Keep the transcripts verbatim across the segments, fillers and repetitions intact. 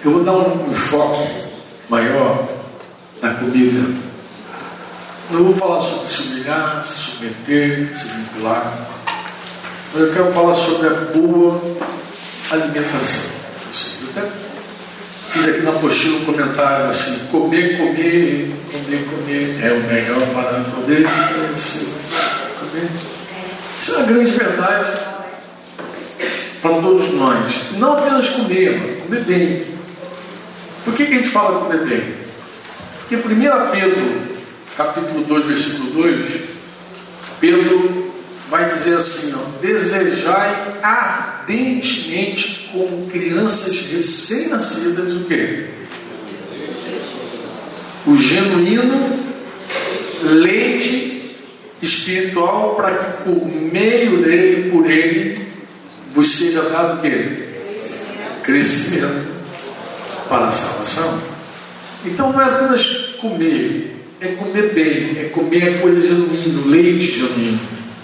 Eu vou dar um enfoque maior na comida. Não vou falar sobre se humilhar, se submeter, se vincular. Mas eu quero falar sobre a boa alimentação. Eu até fiz aqui na apostila um comentário assim: comer, comer, comer, comer é o melhor para poder comer. Isso é uma grande verdade para todos nós. Não apenas comer, mas comer bem. Por que, que a gente fala comer bem? Porque primeiro Pedro, capítulo dois, versículo dois, Pedro vai dizer assim, ó: desejai ardentemente como crianças recém-nascidas o quê? O genuíno leite espiritual, para que por meio dele, por ele, vos seja dado o quê? Crescimento para a salvação. Então não é apenas comer, é comer bem, é comer a coisa genuína, leite genuíno.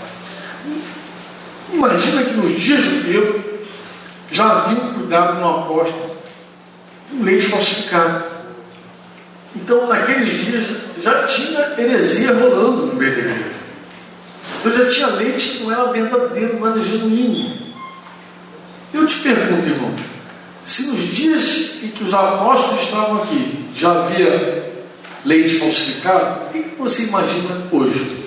Imagina que nos dias de Pedro já havia um cuidado no apóstolo, um leite falsificado. Então naqueles dias já tinha heresia rolando no meio da igreja. Então já tinha leite que não era verdadeiro, não era genuíno. Eu te pergunto, irmãos, se nos dias em que os apóstolos estavam aqui já havia leite falsificado, o que você imagina hoje?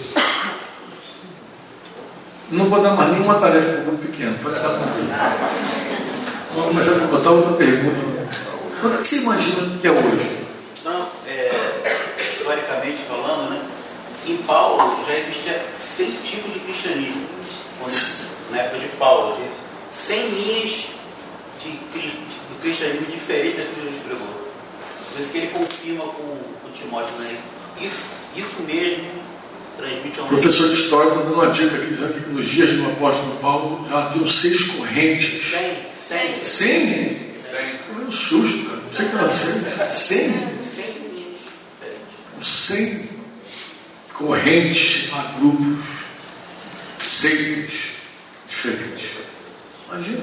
Não vou dar mais nenhuma tarefa para o grupo pequeno. Pode dar para Vamos começar a botar outra pergunta. O que você imagina que é hoje? Não, é, historicamente falando, né, em Paulo já existia cem tipos de cristianismo. Na época de Paulo, cem linhas de, de, do cristianismo diferente daquilo que Jesus pregou. Por isso que ele confirma com, com Timóteo, né? Isso, isso mesmo transmite a um... Professor de história dando uma dica aqui, dizendo que nos dias do apóstolo Paulo já haviam seis correntes. Cem, cem. Cem? Cem. Foi um susto, cara. Não sei que era cem. Cem? Cem correntes a grupos, seitas diferentes. Imagina.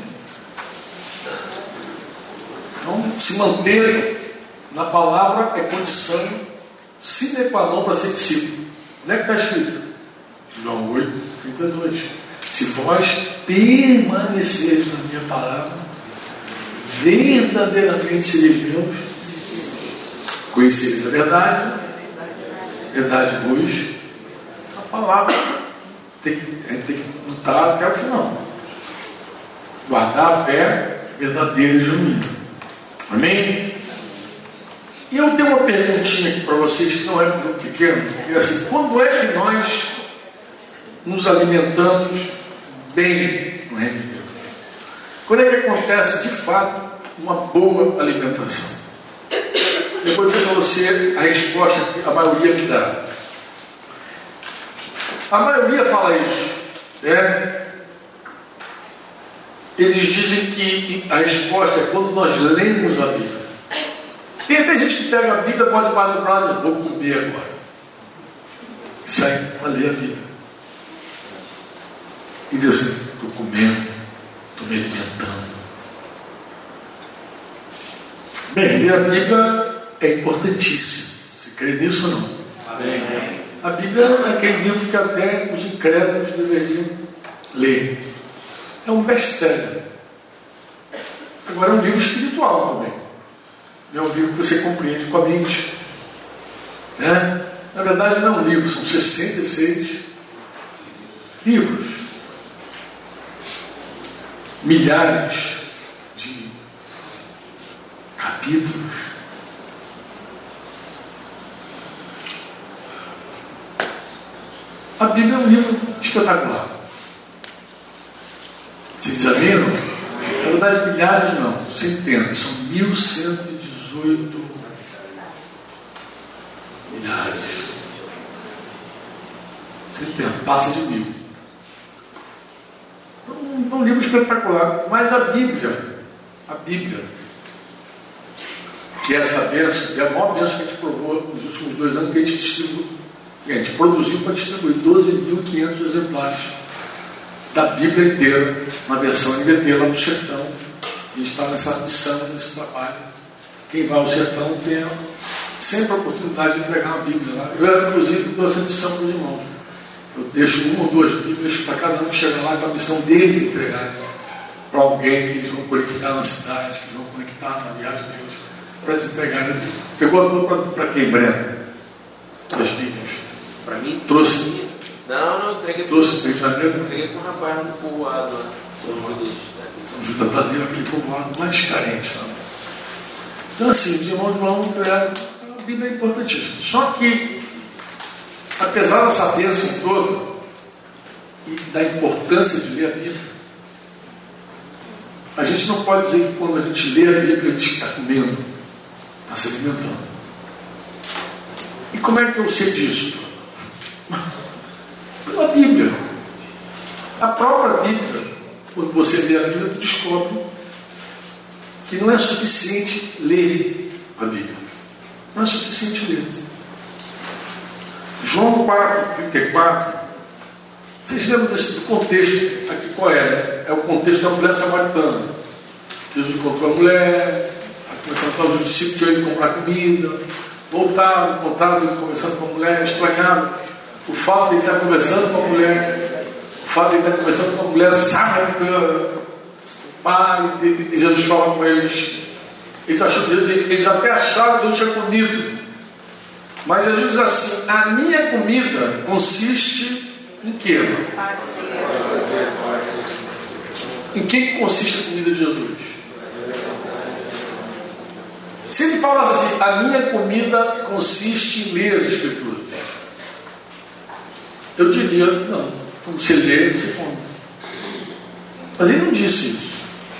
Então, se manter na palavra é condição sine qua non para ser discípulo. Onde é que está escrito? João oito, trinta e dois. Se vós permaneceres na minha palavra, verdadeiramente sereis meus, conhecereis a verdade, verdade vos, a palavra. Tem que, a gente tem que lutar até o final. Guardar a fé verdadeira e genuína. Amém? E eu tenho uma perguntinha aqui para vocês, que não é muito pequeno, que é assim: quando é que nós nos alimentamos bem no reino de Deus? Quando é que acontece de fato uma boa alimentação? Eu vou dizer para você a resposta que a maioria me dá. A maioria fala isso, né? Eles dizem que a resposta é quando nós lemos a Bíblia. Tem até gente que pega a Bíblia, pode debaixo do braço e vou comer agora. E sai para ler a Bíblia. E diz assim: estou comendo, estou me alimentando. Bem, ler a Bíblia é importantíssimo. Você crê nisso ou não? Amém. A Bíblia é aquele livro que até os incrédulos deveriam ler. É um best-seller. Agora é um livro espiritual também. Não é um livro que você compreende com a mente. Né? Na verdade não é um livro, são sessenta e seis livros. Milhares de capítulos. A Bíblia é um livro espetacular. Vocês examinam? Na verdade, milhares não, centenas, são mil cento e dezoito milhares. Centenas, passa de mil. Então, é um livro espetacular. Mas a Bíblia, a Bíblia, que é essa bênção, que é a maior bênção que a gente provou nos últimos dois anos, que a gente distribuiu, a gente produziu para distribuir doze mil e quinhentos exemplares da Bíblia inteira, na versão N V T, lá no sertão. A gente está nessa missão, nesse trabalho quem vai ao sertão tem sempre a oportunidade de entregar uma Bíblia lá. Eu, inclusive, dou essa missão para os irmãos. Eu deixo uma ou duas Bíblias para cada um chegar lá com a missão deles entregar para alguém que eles vão conectar na cidade, que eles vão conectar na viagem deles, para eles entregarem a Bíblia. Pegou para quem, Breno? As Bíblias. Para mim? Trouxe. Não, não, entreguei Trouxe para o Rio de Janeiro? Entreguei para um rapaz no povoado lá. São Judas. São Judas Tadeu, aquele povoado mais carente. Não? Então, assim, os irmãos vão entregar. A Bíblia é importantíssima. Só que, apesar dessa bênção toda e da importância de ler a Bíblia, a gente não pode dizer que quando a gente lê a Bíblia a gente está comendo, está se alimentando. E como é que eu sei disso? Pela Bíblia. A própria Bíblia, quando você lê a Bíblia, você descobre que não é suficiente ler a Bíblia. Não é suficiente ler. João quatro, trinta e quatro, vocês lembram desse contexto aqui qual é? Né? É o contexto da mulher samaritana. Jesus encontrou a mulher, começaram a falar, os discípulos tinham ido comprar comida, voltaram, encontraram ele conversando com a mulher, estranharam o fato de ele estar conversando com a mulher, o fato de ele estar conversando com a mulher samaritana. Pai, e Jesus fala com eles, eles, acham, eles até acharam que Deus tinha comido, mas Jesus diz assim: a minha comida consiste em quê? Em que consiste a comida de Jesus? Se ele falasse assim, a minha comida consiste em ler as Escrituras, eu diria, não, como você lê, você come. Mas ele não disse isso.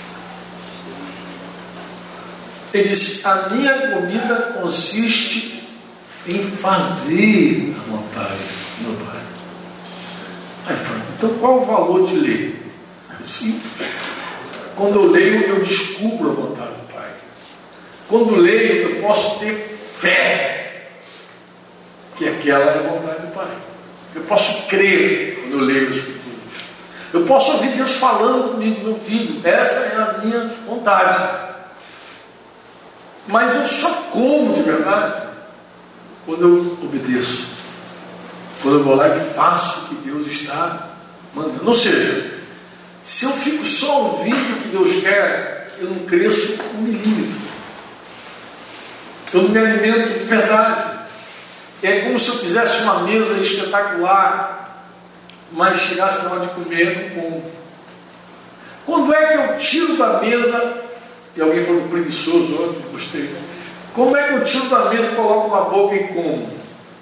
Ele disse, a minha comida consiste em fazer a vontade do meu Pai. Aí eu falei, então qual o valor de ler? É simples. Quando eu leio, eu descubro a vontade do Pai. Quando eu leio, eu posso ter fé que aquela é a vontade do Pai. Eu posso crer quando eu leio as Escrituras. Eu posso ouvir Deus falando comigo, meu filho, essa é a minha vontade. Mas eu só como de verdade quando eu obedeço. Quando eu vou lá e faço o que Deus está mandando. Ou seja, se eu fico só ouvindo o que Deus quer, eu não cresço um milímetro. Eu não me alimento de verdade. É como se eu fizesse uma mesa espetacular, mas chegasse na hora de comer, não como. Quando é que eu tiro da mesa, e alguém falou preguiçoso ontem, gostei, como é que eu tiro da mesa, coloco na boca e como?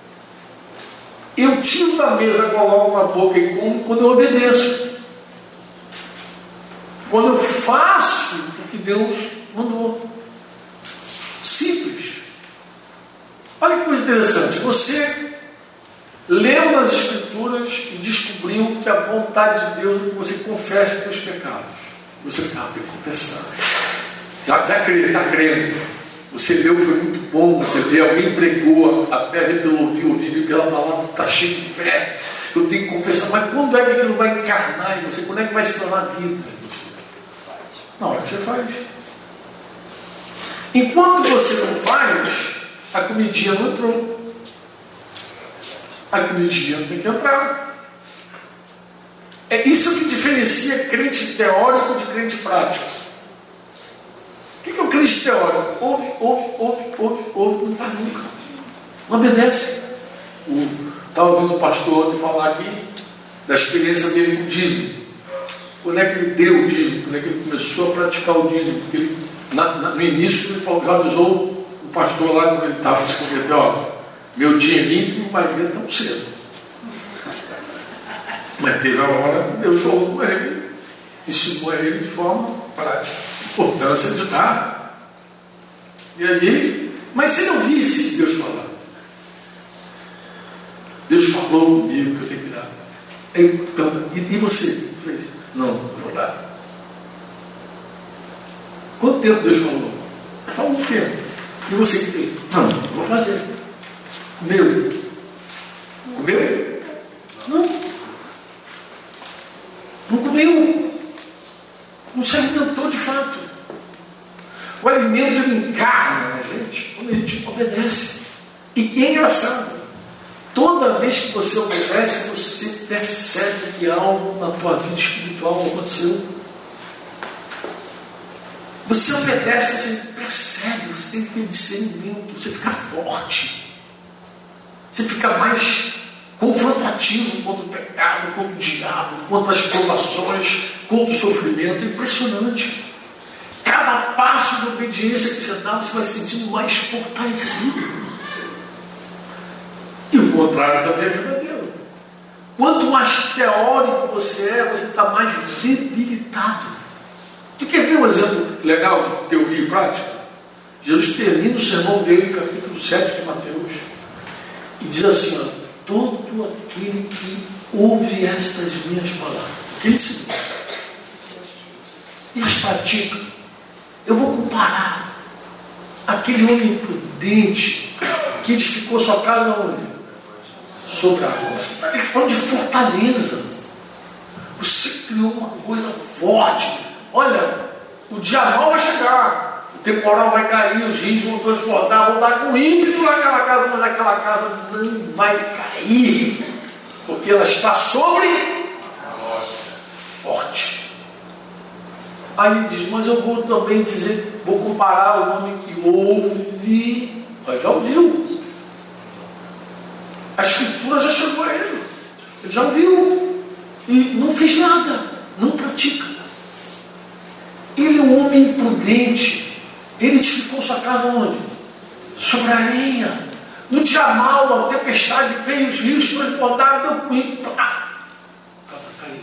Eu tiro da mesa, coloco na boca e como quando eu obedeço. Quando eu faço o que Deus mandou. Simples. Olha que coisa interessante. Você leu nas Escrituras e descobriu que a vontade de Deus é que você confesse seus pecados. Você ah, tem que confessar. Já, já crê, está crendo. Você leu, foi muito bom. Você leu, alguém pregou. A fé vem pelo ouvir, ouvir pela palavra. Está cheio de fé. Eu tenho que confessar. Mas quando é que aquilo vai encarnar em você? Quando é que vai se tornar vida em você? Na hora que você faz. Enquanto você não faz, a comidinha não entrou. A comidinha tem que entrar. É isso que diferencia crente teórico de crente prático. O que é o crente teórico? Ouve, ouve, ouve, ouve, ouve, não faz nunca. Não obedece. Estava ouvindo o pastor ontem falar aqui da experiência dele com o dízimo. Quando é que ele deu o dízimo? Quando é que ele começou a praticar o dízimo? Porque ele, na, na, no início ele falou, já avisou o pastor lá quando ele estava se convertendo, ó, meu dinheirinho não vai ver tão cedo. Mas teve a hora que Deus falou com ele, ensinou a ele de forma prática a importância de dar. E aí, mas se ele ouvisse Deus falar, Deus falou comigo que eu tenho que dar. Aí, e, e você? Fez? Não, eu vou dar. Quanto tempo Deus falou? Ele falou um tempo. E você que fez? Não, eu vou fazer. Comeu? Comeu? Não. Não comeu. Não se alimentou de fato. O alimento ele encarna na obedece. E é engraçado, toda vez que você obedece, você percebe que algo na tua vida espiritual aconteceu. Você obedece, você percebe, você tem que ter discernimento, você fica forte, você fica mais confrontativo contra o pecado, contra o diabo, contra as provações, contra o sofrimento. É impressionante. Cada passo de obediência que você dá, você vai se sentindo mais fortalecido. E o contrário também é verdadeiro. Quanto mais teórico você é, você está mais debilitado. Tu quer ver um exemplo legal de teoria e prática? Jesus termina o sermão dele, capítulo sete de Mateus, e diz assim, ó, todo aquele que ouve estas minhas palavras, que ele ensina, e as pratica, eu vou comparar aquele homem prudente que edificou sua casa onde? Sobre a rocha. Ele falou de fortaleza. Você criou uma coisa forte. Olha, o dia mal vai chegar, o temporal vai cair, os rios vão transbordar, vão dar com ímpeto naquela casa, mas aquela casa não vai cair, porque ela está sobre a rocha forte. Aí ele diz, mas eu vou também dizer, vou comparar o homem que ouve, mas já ouviu. A escritura já chegou a ele, ele já ouviu, e não fez nada, não pratica. Ele é um homem imprudente, ele edificou sua casa onde? Sobre a areia. No dia mal, a tempestade veio, os rios transbordaram, deu com ímpeto, a casa caiu.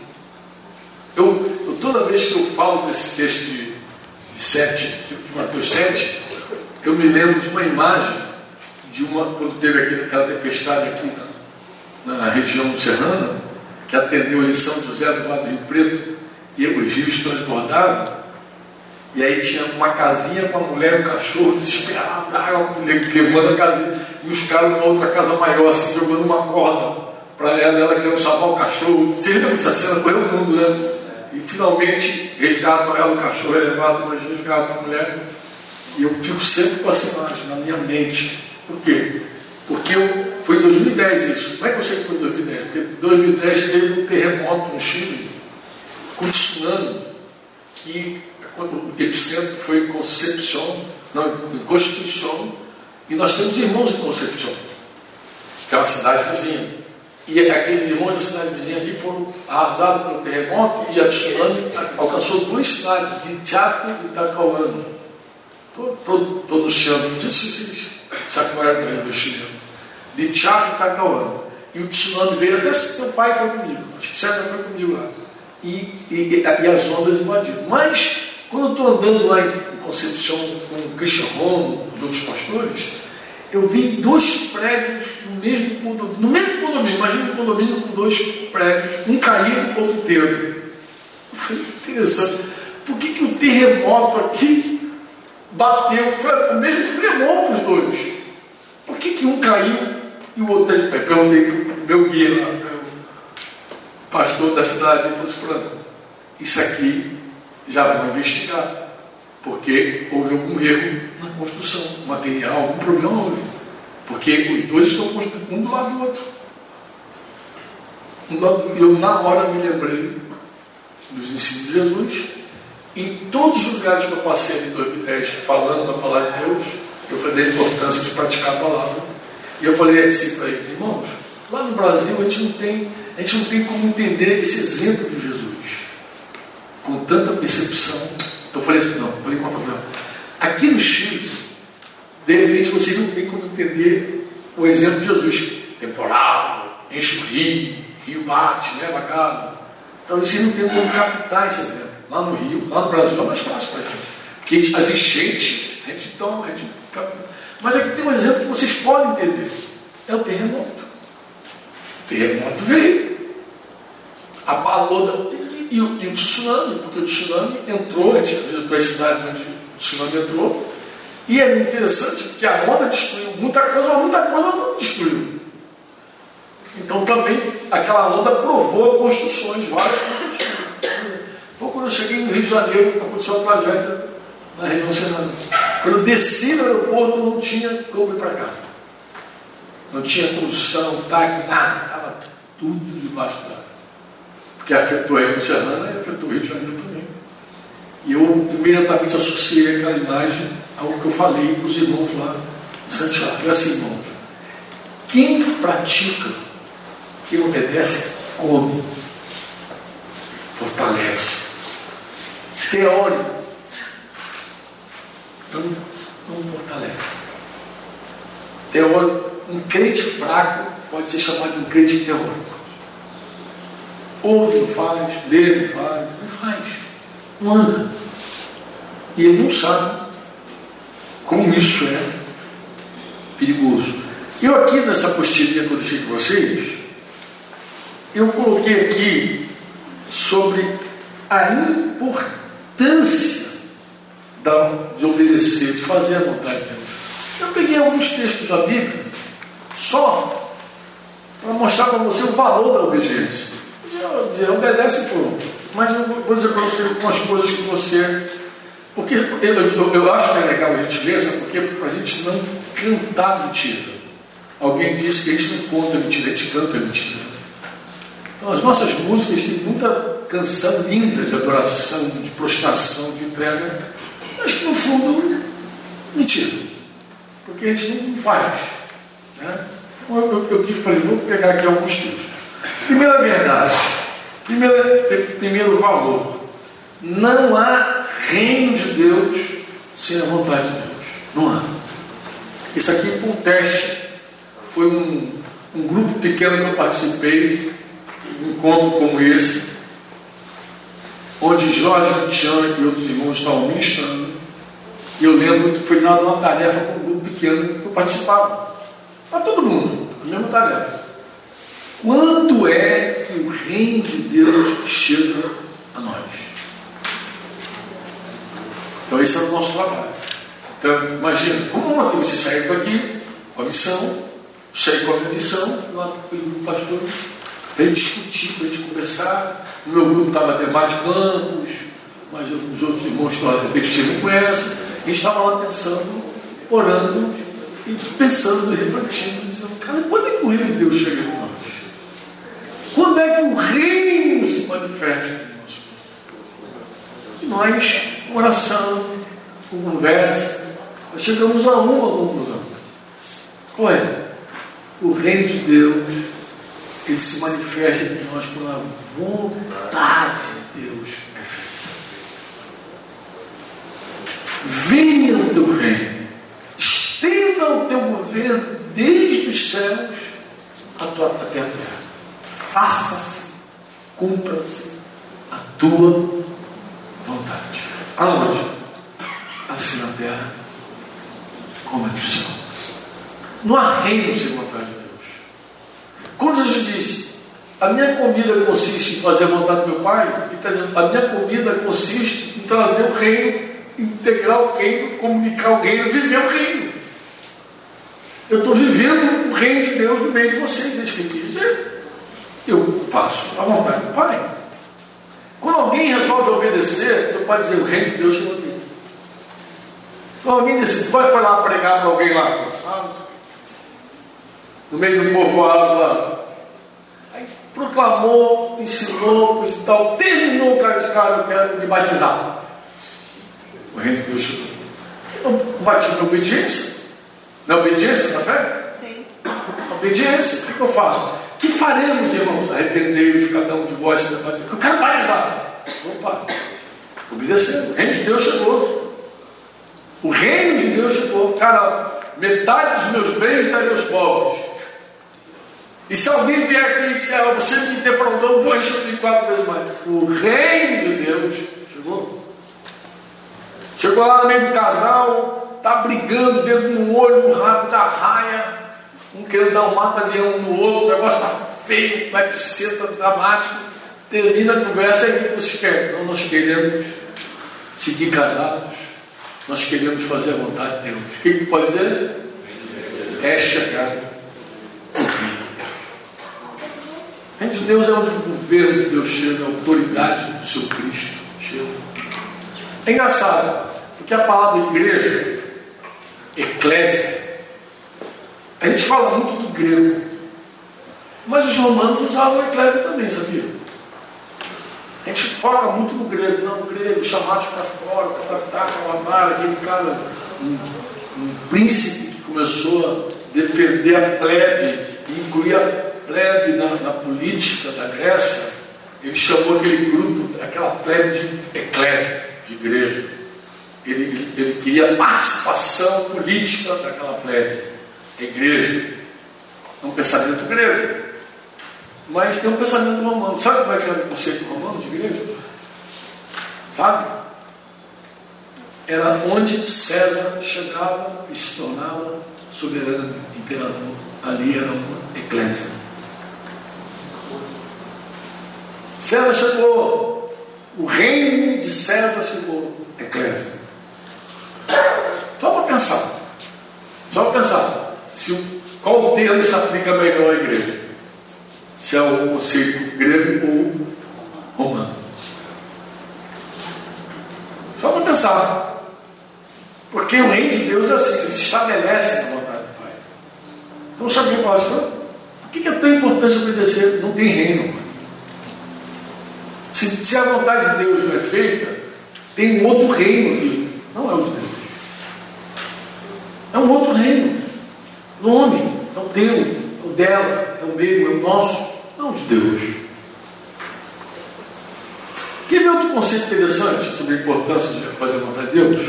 Eu, eu, toda vez que eu falo desse texto de, de, sete, de Mateus sete, eu me lembro de uma imagem de uma, quando teve aqui, aquela tempestade aqui na, na região serrana, que atendeu ali São José do Vale do Rio Preto, e os rios transbordaram, e aí tinha uma casinha com a mulher e o cachorro desesperado, levando a casinha, e os caras numa outra casa maior, assim, jogando uma corda para ela, ela querendo salvar o cachorro. Você lembra dessa cena? Correu o mundo, né? E finalmente resgatam ela, o cachorro é levado, mas resgatam a mulher. E eu fico sempre com essa imagem na minha mente. Por quê? Porque eu, foi em dois mil e dez isso. Como é que eu sei que foi em dois mil e dez? Porque em dois mil e dez teve um terremoto no Chile, com tsunami, que o epicentro foi em Concepción, não, em Constituição, e nós temos irmãos em Concepción, que é uma cidade vizinha. E aqueles irmãos da cidade vizinha ali foram arrasados pelo terremoto, e a tsunami alcançou duas cidades, de Chaco e Talcahuano. Estou pronunciando, não sei se vocês sabem qual é a língua do chileno. De Chaco e Talcahuano. E o tsunami veio, até seu pai foi comigo, acho que César foi comigo lá. E, e, e as ondas invadiram. Mas, quando eu estou andando lá em Concepción com o Christian Romo, os outros pastores, eu vi dois prédios no mesmo condomínio, no mesmo condomínio, imagina um condomínio com dois prédios, um caindo, outro inteiro. Foi interessante. Por que, que o terremoto aqui bateu? Foi o mesmo tremor para os dois. Por que, que um caiu e o outro está de pé? Perguntei para o meu guia lá, o pastor da cidade, ele falou assim, Franco, isso aqui já vão investigar. Porque houve algum erro na construção, material, algum problema houve. Porque os dois estão construindo um do lado do outro. E eu, na hora, me lembrei dos ensinos de Jesus. Em todos os lugares que eu passei em dois mil e dez falando da palavra de Deus, eu falei da importância de praticar a palavra. E eu falei assim para eles, irmãos, lá no Brasil a gente não tem, a gente não tem como entender esse exemplo de Jesus com tanta percepção. Eu falei assim, não, falei contra ela. Aqui no Chile, de repente vocês não têm como entender o exemplo de Jesus. Temporal, enche o rio, rio bate, leva a casa. Então vocês não têm como captar esse exemplo. Lá no Rio, lá no Brasil é mais fácil para a gente. Porque as enchentes, a gente toma, a gente capta. Mas aqui tem um exemplo que vocês podem entender. É o terremoto. O terremoto veio. Abalou da... E o, e o tsunami, porque o tsunami entrou, a gente viu duas cidades onde o tsunami entrou, e é interessante porque a onda destruiu muita coisa, mas muita coisa não destruiu. Então também aquela onda provou construções, várias construções. Então quando eu cheguei no Rio de Janeiro, aconteceu uma tragédia na região serrana. Quando eu desci no aeroporto, não tinha como ir para casa. Não tinha condução, táxi, nada. Estava tudo debaixo d'água. Porque afetou a Rio de Serrana e afetou o Rio de Janeiro também. E eu imediatamente associei aquela imagem ao que eu falei para os irmãos lá em Santiago. É assim, irmãos. Quem pratica, quem obedece, come, fortalece, teórico, não, não fortalece. Teórico, um crente fraco pode ser chamado de um crente teórico. Ouve, não faz, lê, não faz, não faz, não anda. E ele não sabe como isso é perigoso. Eu aqui nessa apostilinha que eu deixei com vocês, eu coloquei aqui sobre a importância de obedecer, de fazer a vontade de Deus. Eu peguei alguns textos da Bíblia só para mostrar para você o valor da obediência. Eu dizer, obedece por, mas eu vou dizer para você algumas coisas que você... Porque eu, eu, eu acho que é legal a gente ler, sabe? Porque para a gente não cantar mentira. Alguém disse que a gente não conta mentira, a gente canta mentira. Então as nossas músicas têm muita canção linda de adoração, de prostração, de entrega, mas que no fundo, mentira. Porque a gente não faz. Né? Então eu, eu, eu falei, vou pegar aqui alguns textos. Primeira verdade, primeiro, primeiro valor, não há reino de Deus sem a vontade de Deus. Não há. Isso aqui foi um teste, foi um, um grupo pequeno que eu participei, um encontro como esse, onde Jorge, Tiana e outros irmãos estavam ministrando, e eu lembro que foi dada uma tarefa para um grupo pequeno que eu participava, para todo mundo, a mesma tarefa. Quando é que o reino de Deus chega a nós? Então esse é o nosso trabalho. Então imagina, como ontem você saiu daqui com a missão, saí com a minha missão, lá pelo pastor, para a gente discutir, para a gente conversar. O meu grupo estava Ademar de Campos, mas os outros irmãos que de repente vocês não conhecem. A gente estava lá pensando, orando, e pensando, refletindo, dizendo, cara, quando é que o reino de Deus chega a nós? Quando é que o reino se manifesta em nós? E nós, com oração, com conversa, nós chegamos a uma conclusão. Qual é? O reino de Deus, ele se manifesta entre nós por uma vontade de Deus. Venha o teu reino, estenda o teu governo desde os céus até a terra. Faça-se, cumpra-se a tua vontade. Aonde? Assim na terra como é no céu. Não há reino sem vontade de Deus. Quando Jesus disse, a minha comida consiste em fazer a vontade do meu Pai, ele está dizendo, a minha comida consiste em trazer o reino, integrar o reino, comunicar o reino, viver o reino. Eu estou vivendo o reino de Deus no meio de vocês, é isso que eu quis dizer. Eu faço a vontade do Pai. Quando alguém resolve obedecer, tu pode dizer, o reino de Deus chegou aqui. Quando alguém decide, tu vai falar pregar para alguém lá, ah, no meio do povoado lá, aí proclamou, ensinou e tal, terminou o cara de cara, eu quero me batizar. O reino de Deus chegou. O batismo é obediência? Não é obediência da fé? Sim. Obediência. O que eu faço? O que faremos, irmãos? Arrependei-vos, cada um de vós se batizar. Eu quero batizar. Opa, obedecendo. O reino de Deus chegou. O reino de Deus chegou. Cara, metade dos meus bens darei aos pobres. E se alguém vier aqui e disser, ah, você me defraudou, vou encher quatro vezes mais. O reino de Deus chegou. Chegou lá no meio do casal, está brigando, dedo no olho, no rabo da raia. Um querendo dar um mata-leão um no outro, o negócio está feio, o F C está dramático. Termina a conversa e o que vocês querem? Não, nós queremos seguir casados, nós queremos fazer a vontade de Deus. O que ele pode dizer? É chegar. O reino de Deus é onde o governo de Deus chega, a autoridade do seu Cristo chega. É engraçado, porque a palavra igreja eclésia, a gente fala muito do grego, mas os romanos usavam a eclésia também, sabia? A gente foca muito no grego, não, o grego, chamados para fora, para matar, aquele cara, um, um príncipe que começou a defender a plebe, e incluir a plebe na, na política da Grécia. Ele chamou aquele grupo, aquela plebe de eclésia, de igreja. Ele, ele, ele queria a participação política daquela plebe, a igreja. É um pensamento grego, mas tem um pensamento romano. Sabe como é que é o conceito romano de igreja? Sabe? Era onde César chegava e se tornava soberano, imperador. Ali era uma eclésia. César chegou, o reino de César chegou, eclésia. Só para pensar, só para pensar, se o, qual termo se aplica melhor à igreja? Se é o conceito grego ou romano? Só para pensar, porque o reino de Deus é assim, ele se estabelece na vontade do Pai. Então sabe o que eu faço? Por que é tão importante obedecer? Não tem reino. Se, se a vontade de Deus não é feita, tem um outro reino aqui. Não é os deuses. É um outro reino. Nome, é o teu, é o dela, é o meu, é o nosso. Não os deuses. Quer ver outro conceito interessante sobre a importância de fazer a vontade de Deus?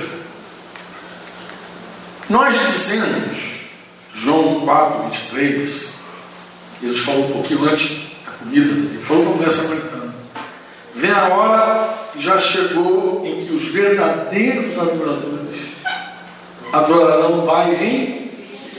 Nós dizemos, João quatro, vinte e três, Jesus falou um pouquinho antes da comida, ele falou para a mulher samaritana: vem a hora que já chegou em que os verdadeiros adoradores adorarão o Pai em,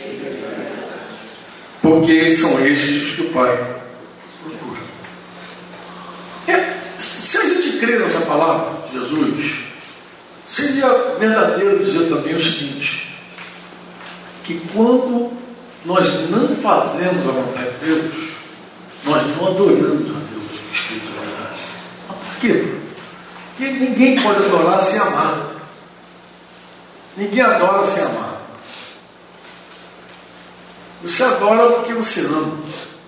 porque são estes que o Pai procura. É, se a gente crê nessa palavra de Jesus, seria verdadeiro dizer também o seguinte: que quando nós não fazemos a vontade de Deus, nós não adoramos a Deus em espírito e verdade. Por quê? Porque ninguém pode adorar sem amar. Ninguém adora sem amar. Você adora porque você ama.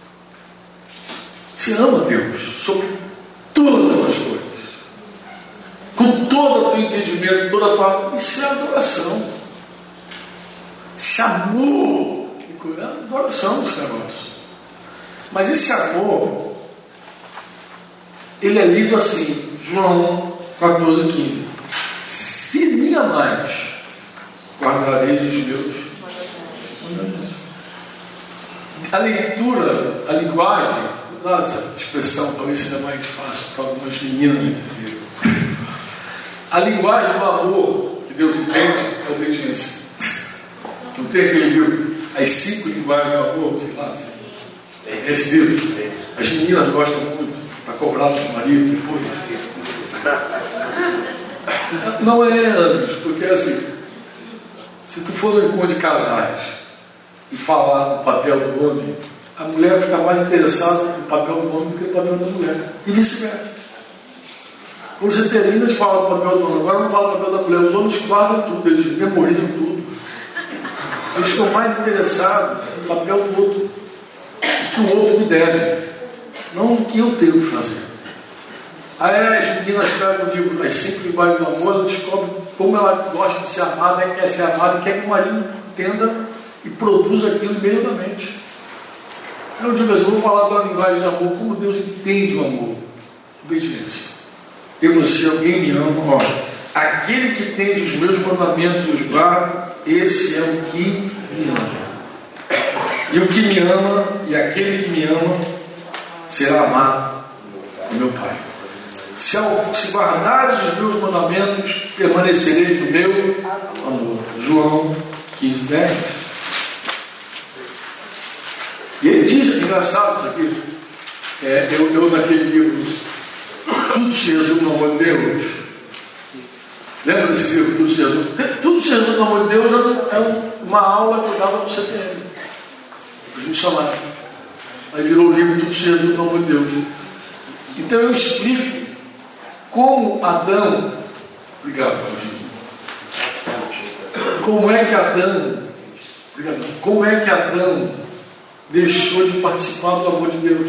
Você ama Deus sobre todas as coisas, com todo o teu entendimento, toda a tua... Isso é adoração. Esse amor, é adoração desse negócio. Mas esse amor, ele é lido assim, João quatorze, quinze. Se me amais, guardareis os meus mandamentos. A leitura, a linguagem, vou usar essa expressão, talvez seja mais fácil para algumas meninas entenderem. A linguagem do amor que Deus entende é a obediência. Não tem aquele livro, As Cinco Linguagens do Amor, sei lá, esse livro. As meninas gostam muito, para cobrar do marido depois. Não é anos, porque assim, se tu for no encontro de casais e falar do papel do homem, a mulher fica mais interessada no papel do homem do que no papel da mulher, e vice-versa. Quando você termina de falar do papel do homem, agora não fala do papel da mulher, os homens guardam tudo, eles memorizam tudo, eles ficam mais interessados no papel do outro, do que o outro me deve, não no que eu tenho que fazer. Aí as meninas pegam o livro As Cinco Linguagens do Amor, ela descobre como ela gosta de ser amada, quer ser amada e quer que o marido entenda e produza aquilo imediatamente. Eu digo assim, eu vou falar da linguagem do amor, como Deus entende o amor. Obediência. Eu vou se alguém me ama, ó, aquele que tem os meus mandamentos e os guarda, esse é o que me ama. E o que me ama, e aquele que me ama, será amado do meu Pai. Se, se guardares os meus mandamentos, permanecereis no meu amor. João quinze, dez. E ele diz, engraçado isso aqui, é, eu, eu naquele livro, Tudo se resume no amor de Deus. Lembra desse livro, Tudo se resume? Tudo se resume no amor de Deus é uma aula que eu dava no C T M, os missionários. Aí virou o livro Tudo se resume no amor de Deus. Então eu explico como Adão, obrigado, como é que Adão, como é que Adão deixou de participar do amor de Deus?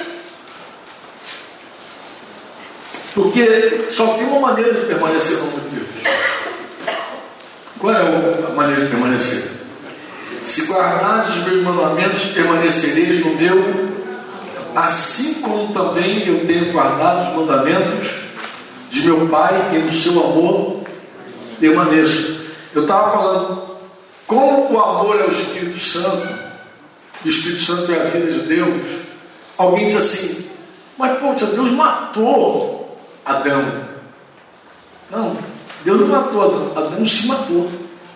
Porque só tem uma maneira de permanecer no amor de Deus. Qual é a maneira de permanecer? Se guardares os meus mandamentos, permanecereis no meu, assim como também eu tenho guardado os mandamentos de meu Pai, e no seu amor permaneço. Eu estava falando, como o amor é o Espírito Santo, e o Espírito Santo é a vida de Deus. Alguém diz assim, mas poxa, Deus matou Adão. Não, Deus não matou Adão, Adão se matou.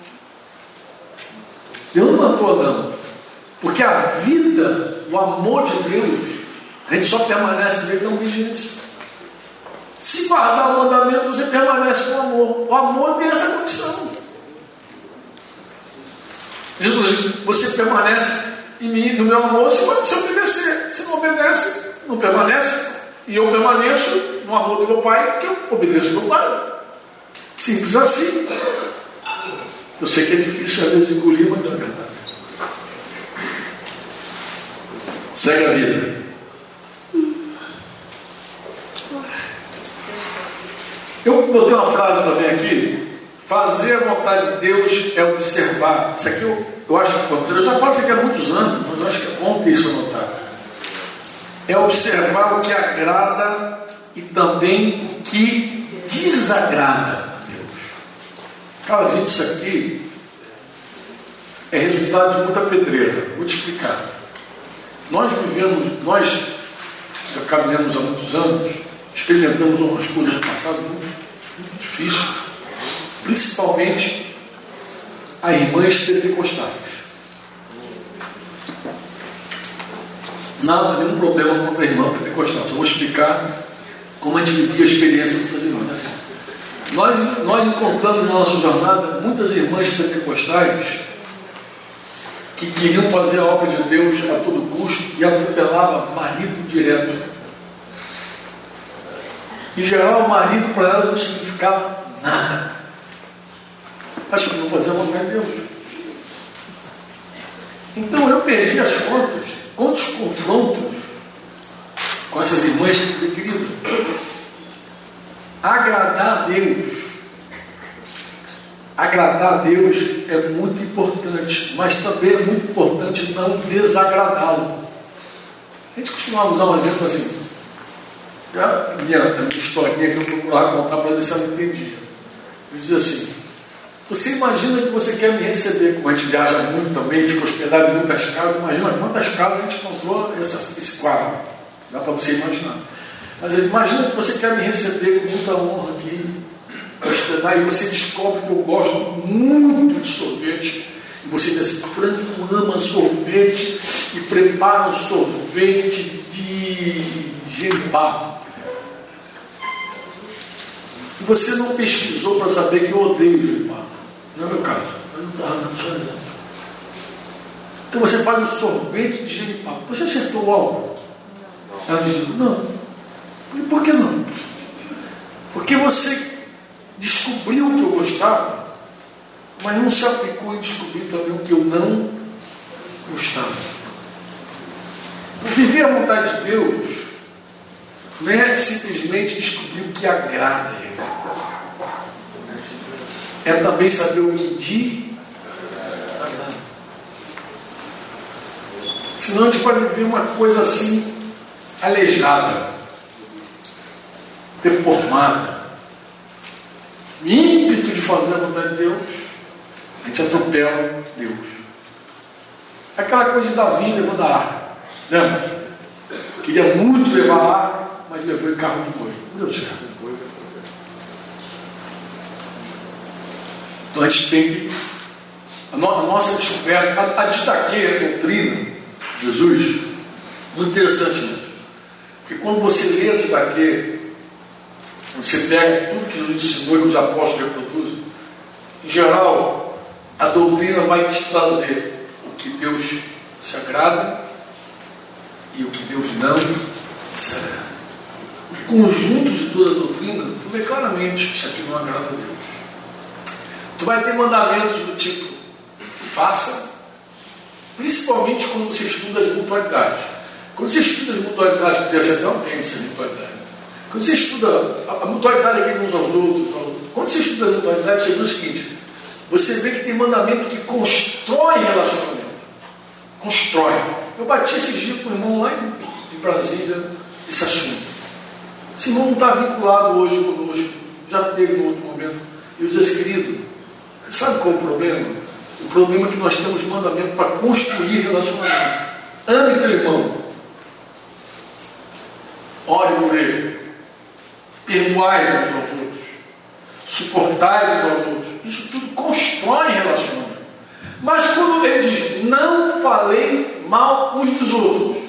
Deus não matou Adão, porque a vida, o amor de Deus, a gente só permanece nele na obediência. Se guardar o mandamento, você permanece no amor. O amor tem essa condição. Jesus diz, você permanece em mim, no meu amor, se você obedecer. Se não obedece, não permanece. E eu permaneço no amor do meu Pai, porque eu obedeço ao meu Pai. Simples assim. Eu sei que é difícil às vezes engolir, mas é verdade. Segue a vida. Eu botei uma frase também aqui. Fazer a vontade de Deus é observar. Isso aqui eu, eu acho importante. Eu já falo isso aqui há muitos anos, mas eu acho que é bom ter isso anotado. É observar o que agrada e também o que desagrada. Cara, gente, isso aqui é resultado de muita pedreira. Vou te explicar. Nós vivemos, nós já caminhamos há muitos anos, experimentamos umas coisas no passado muito, muito difíceis, principalmente as irmãs pentecostais. Nada, nenhum problema com a irmã pentecostal. Só vou explicar como a gente vivia a experiência dessas irmãs. Assim, Nós, nós encontramos na nossa jornada muitas irmãs pentecostais que queriam fazer a obra de Deus a todo custo e atropelavam marido direto. Em geral, o marido para ela não significava nada. Acho que não fazia a vontade de Deus. Então eu perdi as contas. Quantos confrontos com essas irmãs que queriam agradar a Deus. Agradar a Deus é muito importante, mas também é muito importante não desagradá-lo. A gente costumava usar um exemplo assim. A minha, a minha historinha que eu procurava contar para ver se ela entendia. Eu dizia assim, você imagina que você quer me receber, como a gente viaja muito também, fica hospedado em muitas casas, imagina quantas casas a gente encontrou essa, esse quadro. Dá para você imaginar. Mas imagina que você quer me receber com muita honra aqui, hospedar, e você descobre que eu gosto muito de sorvete. E você diz assim, Franco ama sorvete e prepara um sorvete de jenipapo. E você não pesquisou para saber que eu odeio jenipapo. Não é o meu caso. Eu não estava dando só exemplo. Então você faz um sorvete de jenipapo. Você acertou algo? Ela diz, não. E por que não? Porque você descobriu o que eu gostava, mas não se aplicou em descobrir também o que eu não gostava. Viver a vontade de Deus não é simplesmente descobrir o que agrada a Ele. É também saber o que desagrada. Senão a gente pode viver uma coisa assim, aleijada, deformada, ímpeto de fazer a vontade de Deus, a gente atropela Deus. Aquela coisa de Davi levando a arca, lembra? Queria muito levar a arca, mas levou em carro de boi. Não deu certo. Então a gente tem que, a, no, a nossa descoberta, a, a destaqueira, a doutrina de Jesus, muito interessante mesmo. Porque quando você lê a destaqueira, você pega tudo que Jesus ensinou e que os apóstolos reproduzem, em geral, a doutrina vai te trazer o que Deus se agrada e o que Deus não se agrada. O conjunto de toda a doutrina, tu vê claramente que isso aqui não agrada a Deus. Tu vai ter mandamentos do tipo, faça, principalmente quando você estuda as mutualidades. Quando você estuda as mutualidades, que você não tem essa mutualidade. Quando você estuda a, a mutualidade aqui uns aos outros, quando você estuda as mutualidades, você vê o seguinte, você vê que tem mandamento que constrói relacionamento. Constrói. Eu bati esses dias com o irmão lá de Brasília, esse assunto. Esse irmão não está vinculado hoje conosco, já teve em outro momento. E eu disse assim, querido, você sabe qual é o problema? O problema é que nós temos mandamento para construir relacionamento. Ame teu irmão. Ore por ele. Perdoai-vos aos outros. Suportai-vos aos outros. Isso tudo constrói relacionamento. Mas quando ele diz, não falei mal uns dos outros.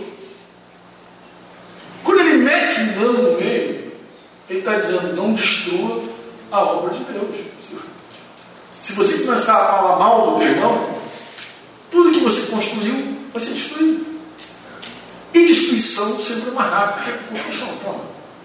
Quando ele mete não no meio, ele está dizendo, não destrua a obra de Deus. Se você começar a falar mal do teu irmão, tudo que você construiu vai ser destruído. E destruição sempre é mais rápido que a construção. Toma.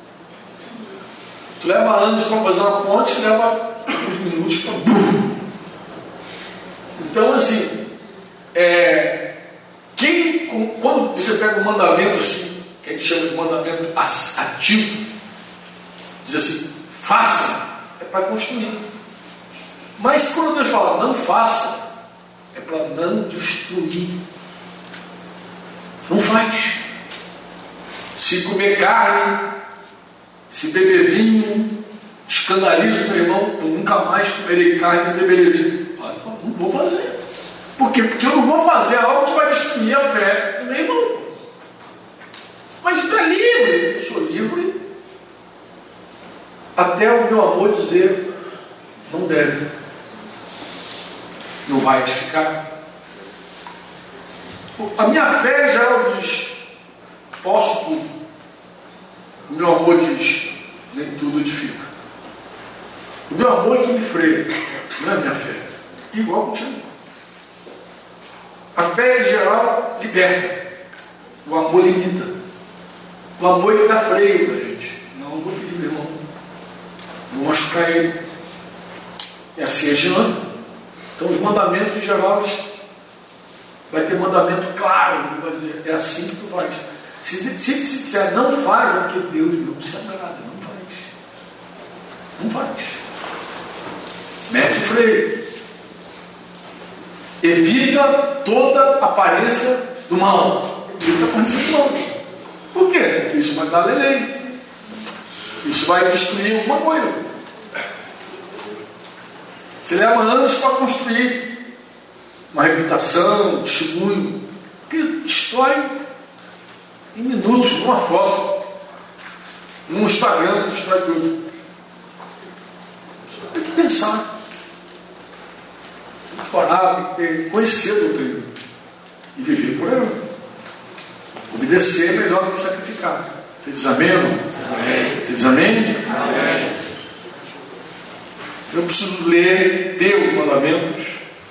Tu leva anos para fazer uma ponte, leva uns minutos para burro. Então, assim, é, quem, quando você pega um mandamento assim, que a gente chama de mandamento ativo, diz assim, faça, é para construir. Mas quando Deus fala, não faça, é para não destruir. Não faz. Se comer carne, se beber vinho, escandalizo meu irmão, eu nunca mais comerei carne e beberei vinho. Não vou fazer. Por quê? Porque eu não vou fazer algo que vai destruir a fé do meu irmão. Mas isso é livre. Eu sou livre até o meu amor dizer não deve. Não vai edificar. A minha fé já diz posso tudo. O meu amor diz nem tudo edifica. O meu amor é que me freia, não é a minha fé. Igual contigo. A fé em geral liberta. O amor limita. O amor é que dá freio para a gente. Não, não vou ferir meu irmão. Vou machucar ele. É assim a dinâmica. Então os mandamentos em geral vai ter mandamento claro. Vai dizer, é assim que tu faz. Se se, se disser não faz, é porque Deus não se agrada. Não faz. Não faz. Mete o freio. Evita toda aparência do mal. Evita a aparência do mal. Por quê? Porque isso vai dar lelei. Isso vai destruir alguma coisa. Você leva anos para construir uma reputação, um testemunho, que destrói em minutos, numa foto, num Instagram, que destrói tudo. Você tem que pensar. Parar, conhecer a doutrina e viver por ela. Obedecer é melhor do que sacrificar. Você diz amém? Amém. Você diz amém? Amém. Eu preciso ler, ter os mandamentos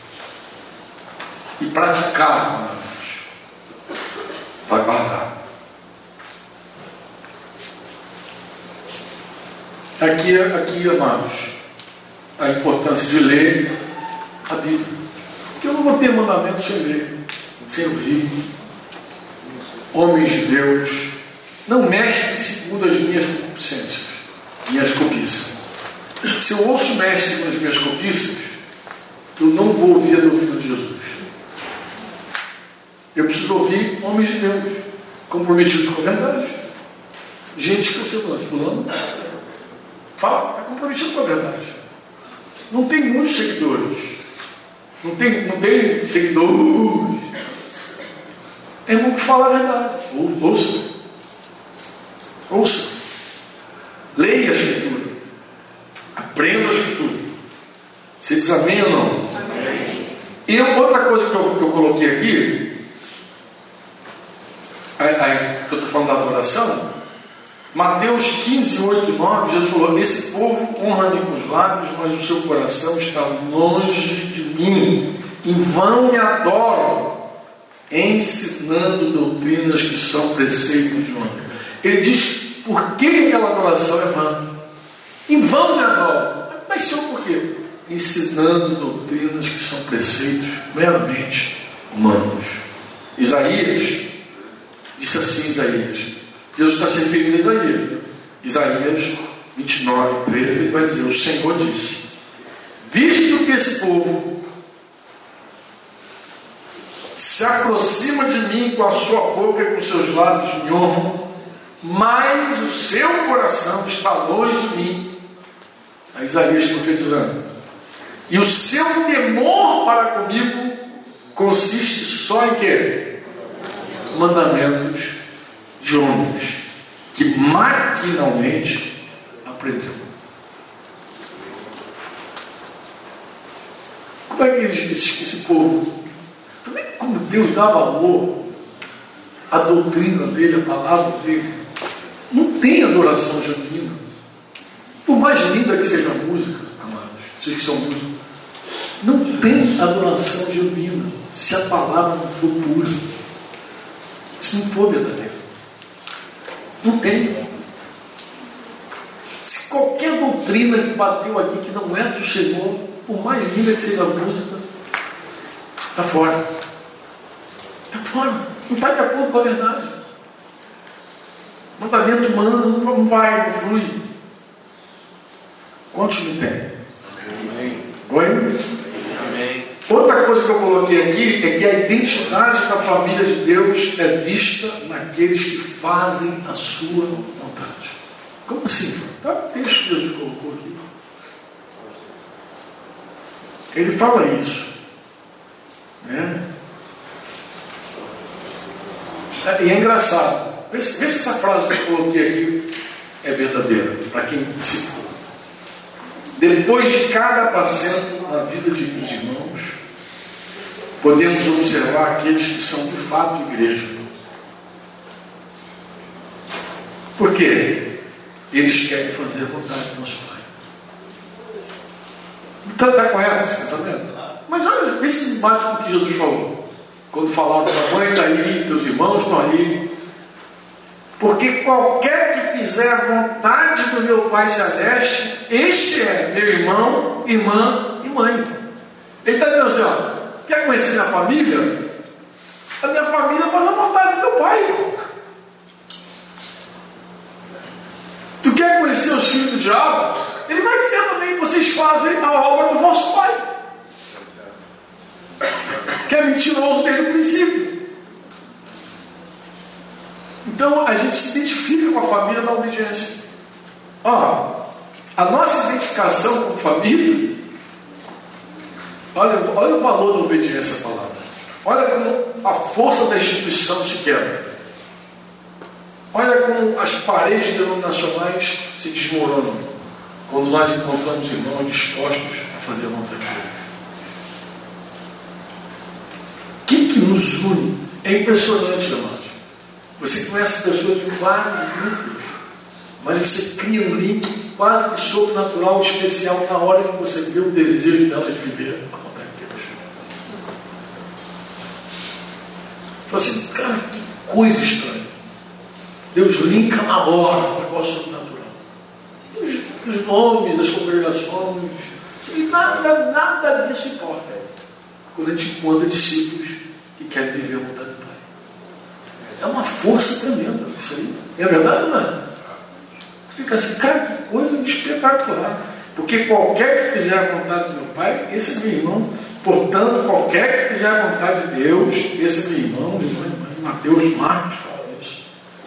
e praticar os mandamentos para guardar. Aqui, aqui, amados, a importância de ler a Bíblia. Porque eu não vou ter mandamento sem ler, sem ouvir. Homens de Deus, não mestre segundo as minhas concupiscências, minhas cobiças. Se eu ouço mestre segundo as minhas cobiças, eu não vou ouvir a doutrina de Jesus. Eu preciso ouvir homens de Deus, comprometidos com a verdade. Gente que eu sei falar, fulano, fala, está comprometido com a verdade. Não tem muitos seguidores. Não tem, não tem seguidores. É irmão que fala a verdade. Ou, ouça. Ouça. Leia a Escritura. Aprenda a Escritura. Você diz amém ou não? Amém. E outra coisa que eu, que eu coloquei aqui, aí, aí, que eu estou falando da adoração, Mateus quinze, oito e nove, Jesus falou: esse povo honra-me com os lábios, mas o seu coração está longe de mim. Em vão me adoram, ensinando doutrinas que são preceitos de homem. Ele diz por que aquela adoração é vã. Em vão me adoram. Mas senhor, por quê? ensinando doutrinas que são preceitos meramente humanos. Isaías disse assim, Isaías, Jesus está se referindo a Isaías, né? Isaías vinte e nove, treze, ele vai dizer: o Senhor disse, visto que esse povo se aproxima de mim com a sua boca e com seus lábios me honram, mas o seu coração está longe de mim. A Isaías profetizando. E o seu temor para comigo consiste só em quê? Mandamentos de homens que maquinalmente aprendeu. Como é que eles, esse, esse povo, também como Deus dá valor à doutrina dele, à palavra dele, não tem adoração genuína. Por mais linda que seja a música, amados, vocês que são músicos, não tem adoração genuína se a palavra não for pura, se não for verdadeira. Não tem. Se qualquer doutrina que bateu aqui que não é do Senhor, por mais linda que seja a música, está fora. Está fora. Não está de acordo com a verdade. O mandamento humano não vai, não flui. Quantos me tem? Amém. Oi? Amém. Outra coisa que eu coloquei aqui é que a identidade da família de Deus é vista naqueles que fazem a sua vontade. Como assim? Tá? O texto que Deus colocou aqui. Ele fala isso. Né? E é engraçado. Vê se, vê se essa frase que eu coloquei aqui é verdadeira, para quem participou. Depois de cada apacento na vida de, dos irmãos, podemos observar aqueles que são de fato igreja. Por quê? Eles querem fazer a vontade do nosso Pai. Então está correto esse pensamento? Mas olha, vê se bate com o que Jesus falou. Quando falaram, tua mãe está aí, teus irmãos estão aí. Porque qualquer que fizer a vontade do meu Pai Celeste, este é meu irmão, irmã e mãe. Ele está dizendo assim, ó, quer conhecer minha família? A minha família faz a vontade do meu Pai. Tu quer conhecer os filhos do diabo? Ele vai dizer também que vocês fazem a obra do vosso Pai, que é mentiroso desde o princípio. Então a gente se identifica com a família na obediência. Ó, a nossa identificação com família, olha, olha o valor da obediência à palavra. Olha como a força da instituição se quebra. Olha como as paredes denominacionais se desmoronam quando nós encontramos irmãos dispostos a fazer a vontade de Deus. O que, que nos une? É impressionante, amados. Você conhece pessoas de vários grupos, mas você cria um link quase que sobrenatural, especial, na hora que você vê o desejo delas de viver a vontade de Deus. Fala assim, cara, que coisa estranha. Deus linka na hora o negócio sobrenatural. Os, os nomes, as congregações, e nada, nada disso importa. Quando a gente encontra discípulos que querem viver a vontade do Pai. É uma força tremenda isso aí. É verdade ou não é? Fica assim, cara, que coisa espetacular. Porque qualquer que fizer a vontade do meu Pai, esse é meu irmão. Portanto, qualquer que fizer a vontade de Deus, esse é meu irmão, meu irmão, Mateus Marcos fala isso.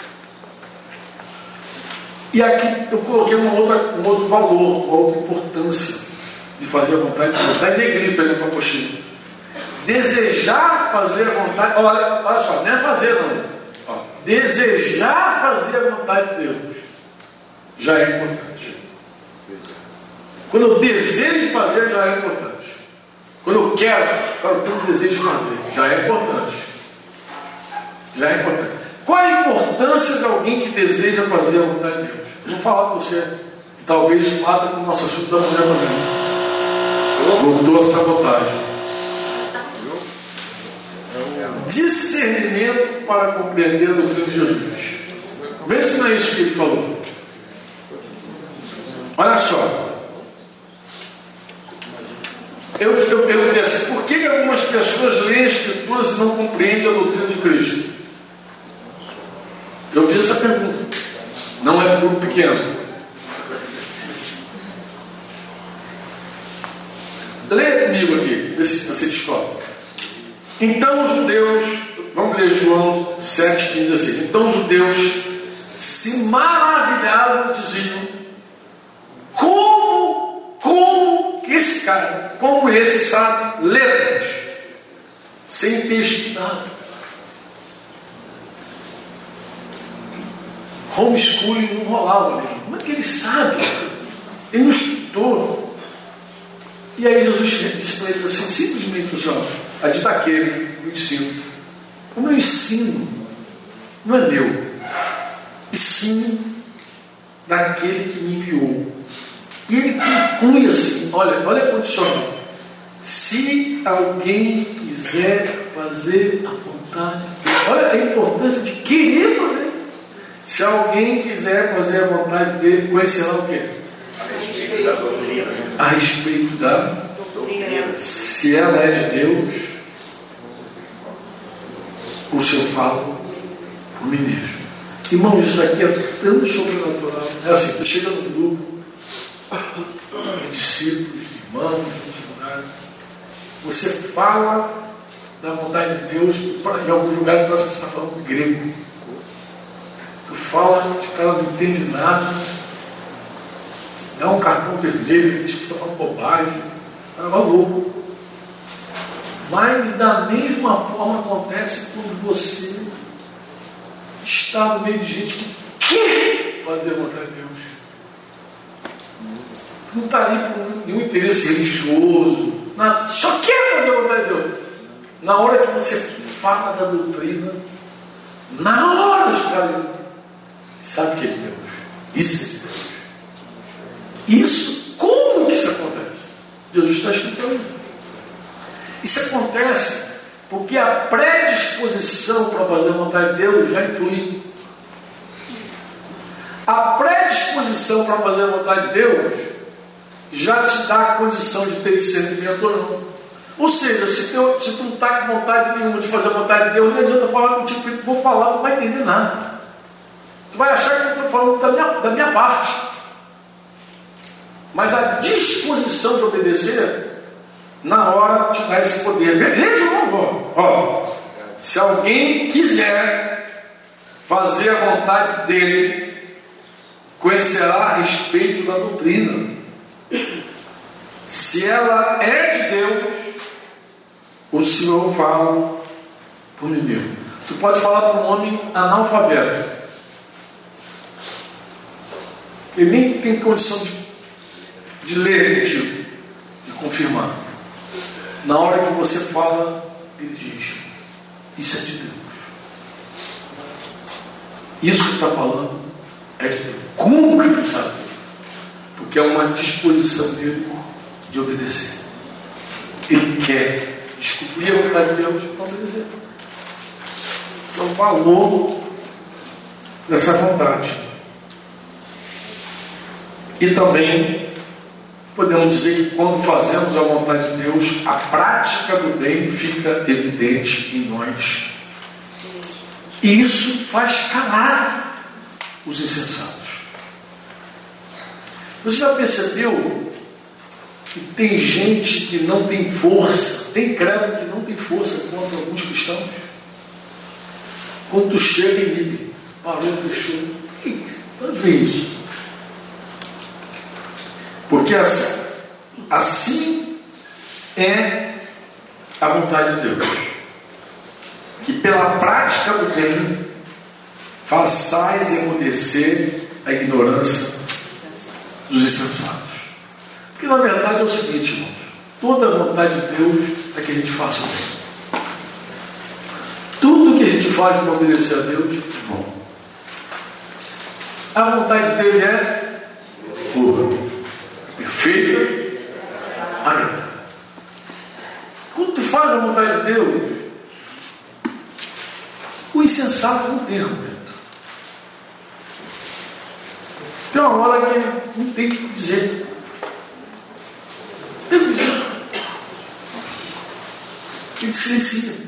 E aqui eu coloquei uma outra, um outro valor, uma outra importância de fazer a vontade de Deus. Está em negrito ali para a apostila. Desejar fazer a vontade, olha, olha só, não é fazer não. Ó, desejar fazer a vontade de Deus já é importante. Quando eu desejo fazer, já é importante. Quando eu quero, eu tenho um desejo de fazer, já é importante. Já é importante. Qual a importância de alguém que deseja fazer a vontade de Deus? Eu vou falar para você, talvez isso mata com o nosso assunto da mulher também. Voltou a sabotagem. Discernimento para compreender a doutrina de Jesus. Vê se não é isso que ele falou. Olha só. Eu, eu perguntei assim, por que algumas pessoas leem as Escrituras e não compreendem a doutrina de Cristo? Eu fiz essa pergunta. Não é grupo pequeno. Lê comigo aqui, vê se você descobre. Então os judeus, vamos ler João sete, quinze, dezesseis. Então os judeus se maravilhavam, diziam: como, como que esse cara, como esse sabe letras, sem ter estudado? Homeschooling não rolava ali. Como é que ele sabe? Ele não estudou. E aí Jesus disse para ele assim, simplesmente assim, a de daquele, eu ensino. O meu ensino não é meu, e sim daquele que me enviou. E ele conclui assim, olha, olha a condicional. Se alguém quiser fazer a vontade de Deus, olha a importância de querer fazer. Se alguém quiser fazer a vontade dele, conhecerá o quê? A respeito da doutrina. A respeito da doutrina. Se ela é de Deus, ou se eu falo por mim mesmo. Irmãos, isso aqui é tão sobrenatural. É assim, tu chega no grupo de discípulos, de irmãos, de missionários, você fala da vontade de Deus, em alguns lugares parece que você está falando grego. Tu fala, o cara não entende nada, dá um cartão vermelho, diz que você está falando bobagem, estava louco. Mas da mesma forma acontece quando você está no meio de gente que quer fazer a vontade de Deus. Não está ali por nenhum interesse religioso, nada, só quer fazer a vontade de Deus. Na hora que você fala da doutrina, na hora os caras sabem que é de Deus. Isso é de Deus. Isso, como que isso acontece? Deus está explicando. Isso acontece porque a predisposição para fazer a vontade de Deus já influi. A predisposição para fazer a vontade de Deus já te dá a condição de ter discernimento ou não. Ou seja, se tu, se tu não está com vontade nenhuma de fazer a vontade de Deus, não adianta falar contigo, porque vou falar, tu não vai entender nada. Tu vai achar que eu estou falando da minha, da minha parte. Mas a disposição de obedecer, na hora te dá esse poder. Veja de novo, ó. Se alguém quiser fazer a vontade dele, conhecerá a respeito da doutrina. Se ela é de Deus, o Senhor fala por mim mesmo. Tu pode falar para um homem analfabeto, ele nem tem condição de, de ler contigo, de confirmar. Na hora que você fala, ele diz: isso é de Deus. Isso que você está falando é de Deus. Como que ele sabe? Porque é uma disposição dele de obedecer. Ele quer descobrir a vontade de Deus para obedecer. Isso é o valor dessa vontade. E também podemos dizer que quando fazemos a vontade de Deus, a prática do bem fica evidente em nós. E isso faz calar os insensatos. Você já percebeu que tem gente que não tem força, tem credo que não tem força contra alguns cristãos? Quando tu chega e liga, parou, fechou. Onde vem isso? Porque assim, assim é a vontade de Deus, que pela prática do bem façais emudecer a ignorância dos insensatos. Porque na verdade é o seguinte, irmãos, toda a vontade de Deus é que a gente faça o bem. Tudo que a gente faz para obedecer a Deus é bom. A vontade dele é boa, perfeita. Amém. Quando tu faz a vontade de Deus, o insensato não tem argumento. Tem uma hora que ele não tem o que dizer. Tem o que dizer. Ele silencia.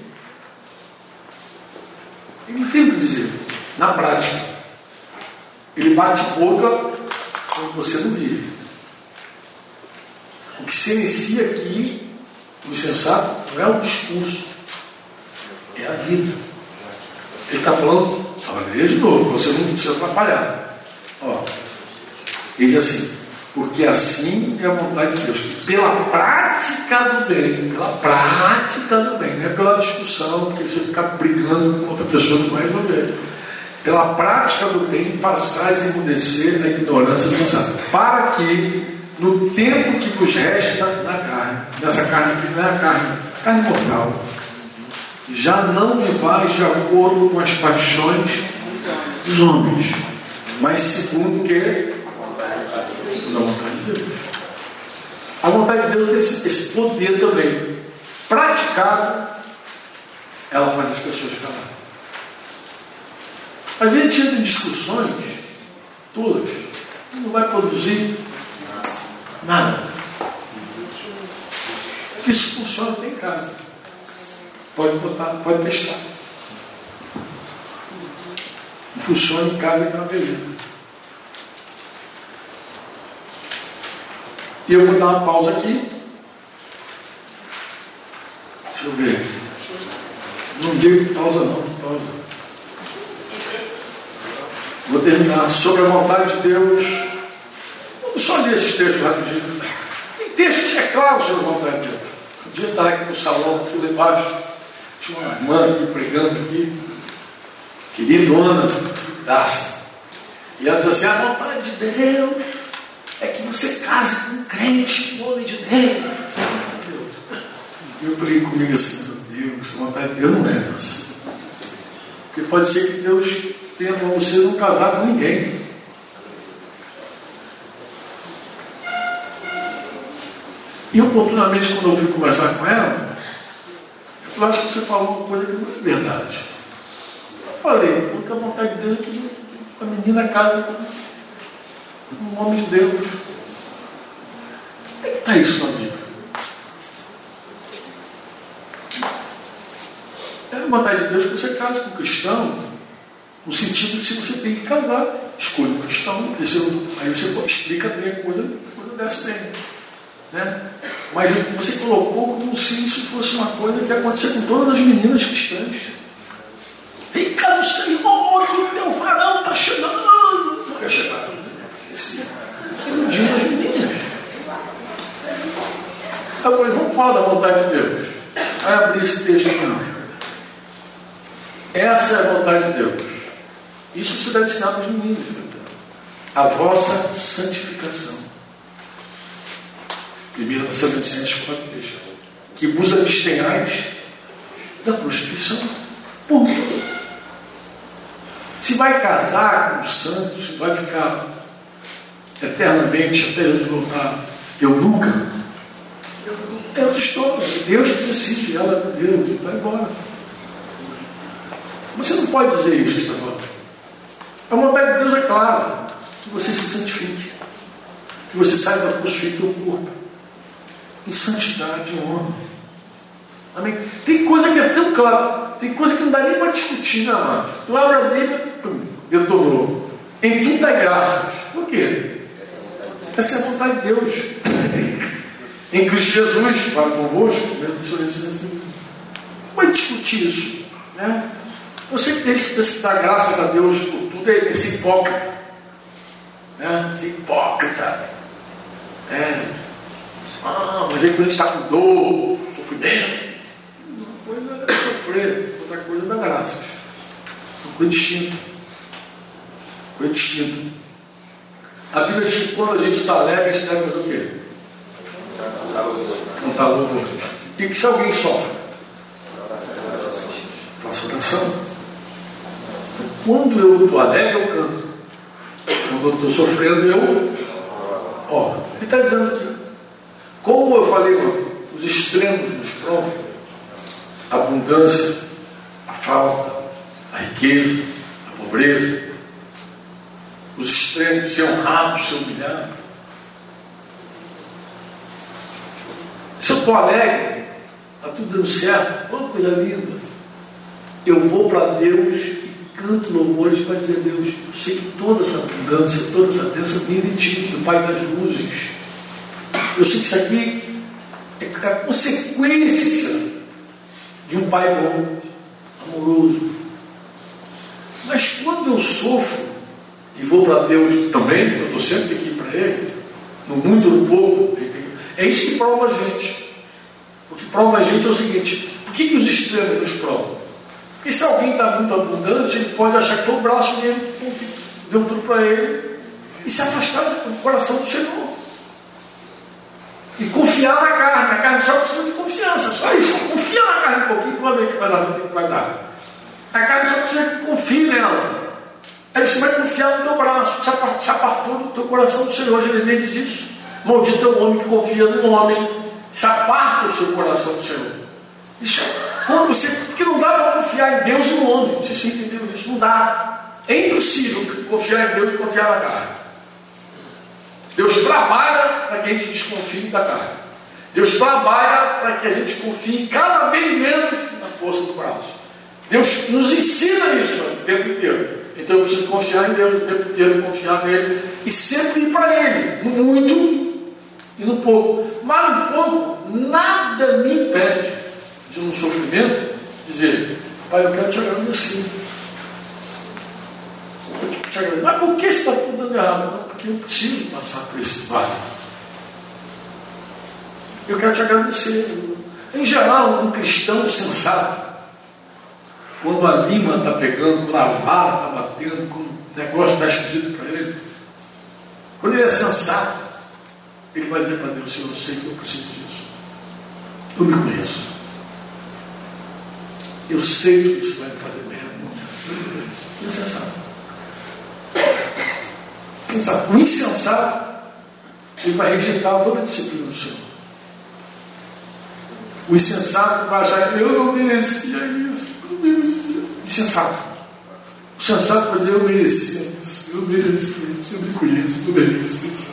Ele não tem o que dizer. Na prática, ele bate boca quando você não vive. O que se inicia aqui, o insensato, não é o discurso, é a vida. Ele está falando, olha, de novo, para você não se atrapalhar. Ó, ele diz assim, porque assim é a vontade de Deus, pela prática do bem, pela prática do bem, não é pela discussão, porque você ficar brigando com outra pessoa que não vai resolver. Pela prática do bem, façais emudecer a ignorância do insensato, para que no tempo que vos resta na carne, nessa carne que não é a carne, a carne mortal, já não vivais de acordo com as paixões dos homens, mas segundo o que? Segundo a vontade de Deus. A vontade de Deus tem esse, esse poder também. Praticado, ela faz as pessoas calarem. Às vezes a gente entra em discussões todas, não vai produzir nada. Isso funciona até em casa. Pode botar, pode testar. Funciona em casa, que é uma beleza. E eu vou dar uma pausa aqui. Deixa eu ver. Não digo pausa não, pausa. Vou terminar sobre a vontade de Deus. Vamos só ler esses textos rapidinho. Tem textos que é claro sobre a vontade de Deus. Um dia eu estava aqui no salão, tudo embaixo. Tinha uma irmã aqui pregando aqui, queridona, daça. E ela diz assim: a vontade de Deus é que você case com um crente, um homem de Deus. E eu falei comigo assim: meu Deus, a vontade de Deus não é essa. Porque pode ser que Deus tenha para você não casar com ninguém. E oportunamente, quando eu fui conversar com ela, eu acho que você falou uma coisa que não é verdade. Eu falei, porque a vontade de Deus é que a menina casa com um homem de Deus. Tem que estar isso na Bíblia. É a vontade de Deus que você case com um cristão, no sentido de se você tem que casar, escolha um cristão, aí você explica bem a coisa, coisa dessa bem. Né? Mas você colocou como se isso fosse uma coisa que ia acontecer com todas as meninas cristãs. Vem cá no Senhor, que o teu varão está chegando. Não vai chegar. Iludindo as meninas. Eu falei, vamos falar da vontade de Deus. Aí abri esse texto aqui. Não. Essa é a vontade de Deus. Isso você deve ensinar para os meninos. A vossa santificação. primeira Tessalonicenses quatro, que vos abstenhais da prostituição. Ponto. Se vai casar com os santos, se vai ficar eternamente até Jesus voltar, eu nunca. É outra história. Deus que decide, ela é Deus, vai embora. Você não pode dizer isso que está falando. A vontade de Deus é clara, que você se santifique, que você saiba possuir teu corpo em santidade e honra. Amém? Tem coisa que é tão clara, tem coisa que não dá nem para discutir, né, amados? Tu abre a Bíblia, pum, detonou. Em tudo dá graças. Por quê? Essa é a vontade de Deus. Em Cristo Jesus, para convosco, não vai discutir isso, né? Você que tem que dar graças a Deus por tudo, é esse hipócrita, né? Esse hipócrita, é. Ah, mas aí quando a gente está com dor, sofrimento, uma coisa é sofrer, outra coisa é dar graças. São coisas distintas. Coisa distinta. A Bíblia diz que quando a gente está alegre, a gente deve fazer o quê? Cantar louvores. E que se alguém sofre, faça oração. Quando eu estou alegre, eu canto. Quando eu estou sofrendo, eu oro. Ele está dizendo aqui. Como eu falei, os extremos nos provam. A abundância, a falta, a riqueza, a pobreza. Os extremos, ser honrado, ser humilhado. Se eu estou alegre, está tudo dando certo, oh, coisa linda. Eu vou para Deus e canto louvores para dizer: Deus, eu sei que toda essa abundância, toda essa bênção vem de Ti, do Pai das luzes. Eu sei que isso aqui é a consequência de um Pai bom, amoroso. Mas quando eu sofro e vou para Deus também, eu estou sempre aqui para Ele, no muito ou no pouco, é isso que prova a gente. O que prova a gente é o seguinte: por que, que os extremos nos provam? Porque se alguém está muito abundante, ele pode achar que foi o braço dele que deu tudo para ele e se afastar do coração do Senhor. E confiar na carne. A carne só precisa de confiança, só isso. Confia na carne um pouquinho, tu vai ver que vai dar, que vai dar. A carne só precisa que confie nela. Aí você vai confiar no teu braço, se apartou do teu coração do Senhor. Jeremias diz isso: maldito é o homem que confia no homem, se aparta o seu coração do Senhor. Isso é quando você, porque não dá para confiar em Deus e no homem. Vocês entenderam isso? Não dá. É impossível confiar em Deus e confiar na carne. Deus trabalha para que a gente desconfie da carne. Deus trabalha para que a gente confie cada vez menos na força do braço. Deus nos ensina isso o tempo inteiro. Então eu preciso confiar em Deus o tempo inteiro, confiar nele e sempre ir para Ele, no muito e no pouco. Mas no pouco, nada me impede de, num sofrimento, dizer: Pai, eu quero te agradecer. Eu quero te agradecer. Mas por que está tudo dando errado? Não, porque eu preciso passar por esse vale. Eu quero te agradecer. Em geral, um cristão sensato, quando a lima está pegando, quando a vara está batendo, quando o negócio está esquisito para ele, quando ele é sensato, ele vai dizer para Deus: Senhor, eu sei que eu preciso disso. Eu me conheço. Eu sei que isso vai me fazer bem. Ele é sensato. Insensato. O insensato, ele vai rejeitar toda a disciplina do Senhor. O insensato vai achar que eu não merecia isso. Insensato. O sensato vai dizer: eu merecia isso, eu merecia isso, eu me conheço, eu mereço isso.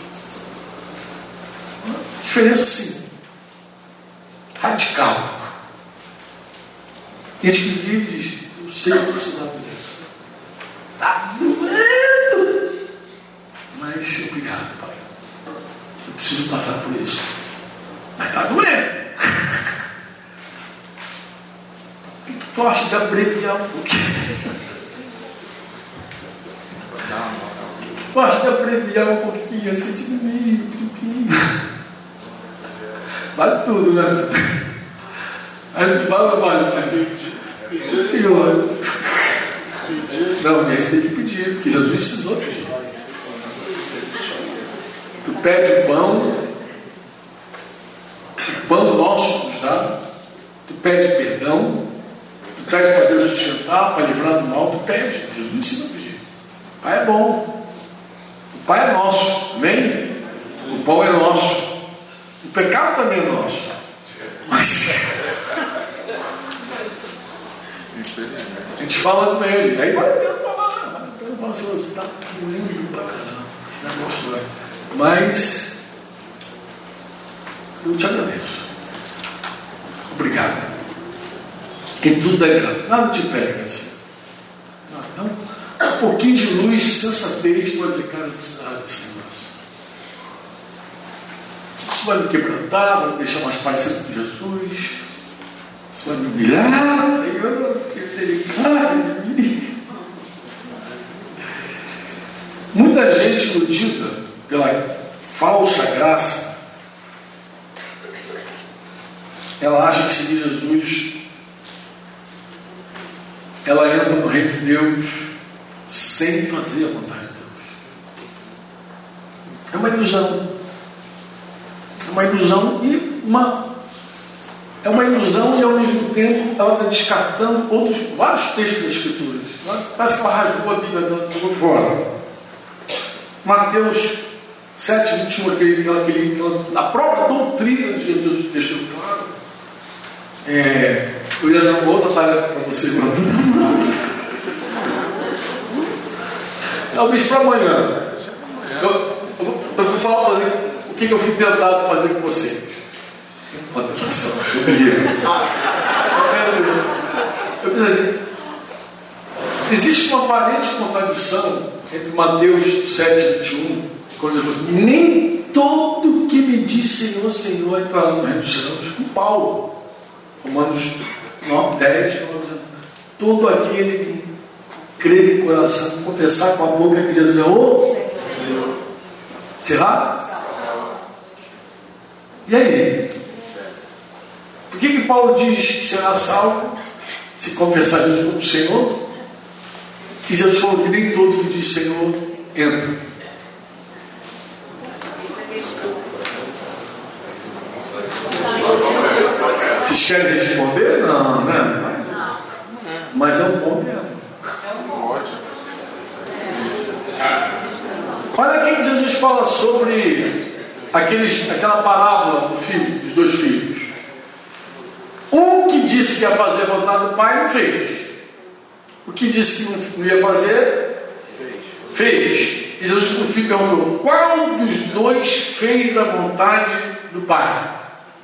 Diferença assim, radical. Tem gente que vive e diz: eu sei que eu precisava disso. Está doendo. Mas obrigado, Pai. Eu preciso passar por isso. Mas está doendo. Tu acha de abreviar um pouquinho? Tu acha de abreviar um pouquinho, assim, diminuir um pouquinho? Vale tudo, né? Aí tu vai ou vale, né? Senhor. Não, esse tem que pedir, porque Jesus ensinou a pedir. Tu pede o pão, o pão nosso nos dá, tu pede perdão, tu pede para Deus sustentar, para livrar do mal, tu pede. Jesus ensina a pedir. O Pai é bom. O Pai é nosso. Amém? O pão é nosso. O pecado também é nosso. Mas a gente fala com ele. Aí vai Deus falar. Vai Deus falar assim: você está doendo para caramba. Esse negócio vai. Mas eu te agradeço. Obrigado. Que tudo é grato. Nada te pega assim. Não, um pouquinho de luz, de sensatez, tu vai dizer: cara, eu precisava desse negócio. Isso vai me quebrantar, vai me deixar mais parecido com Jesus. Isso vai me humilhar. Senhor, que misericórdia de mim. Muita gente iludida pela falsa graça, ela acha que seguir Jesus, ela entra no reino de Deus sem fazer a vontade de Deus. É uma ilusão. É uma ilusão e uma é uma ilusão e ao mesmo tempo ela está descartando outros, vários textos das Escrituras. Parece que ela rasgou a Bíblia dentro e jogou fora. Mateus sete, vinte e um, aquele, aquele, aquela, a própria doutrina de Jesus deixou claro. É, eu ia dar uma outra tarefa para você agora. Talvez para amanhã. Eu, eu, vou, eu vou falar fazer, o que, que eu fui tentado fazer com vocês. Contradição, eu me livro. Eu penso assim, existe uma aparente contradição entre Mateus sete, vinte e um, quando ele fala assim, nem todo que me diz Senhor, Senhor, entrará no reino dos céus, com Paulo, Romanos nove, dez, todo aquele que crê no coração, confessar com a boca que Jesus é o Senhor, será? E aí? Por que que Paulo diz que será salvo se confessar Jesus como Senhor? E Jesus falou que nem todo que diz Senhor entra. Vocês querem responder? Não, né? Mas é um bom mesmo. Olha aqui que Jesus fala sobre aqueles, aquela parábola do filho, dos dois filhos. Um que disse que ia fazer a vontade do pai, não fez. O que disse que não ia fazer, fez. E Jesus no filho perguntou, qual dos dois fez a vontade do pai?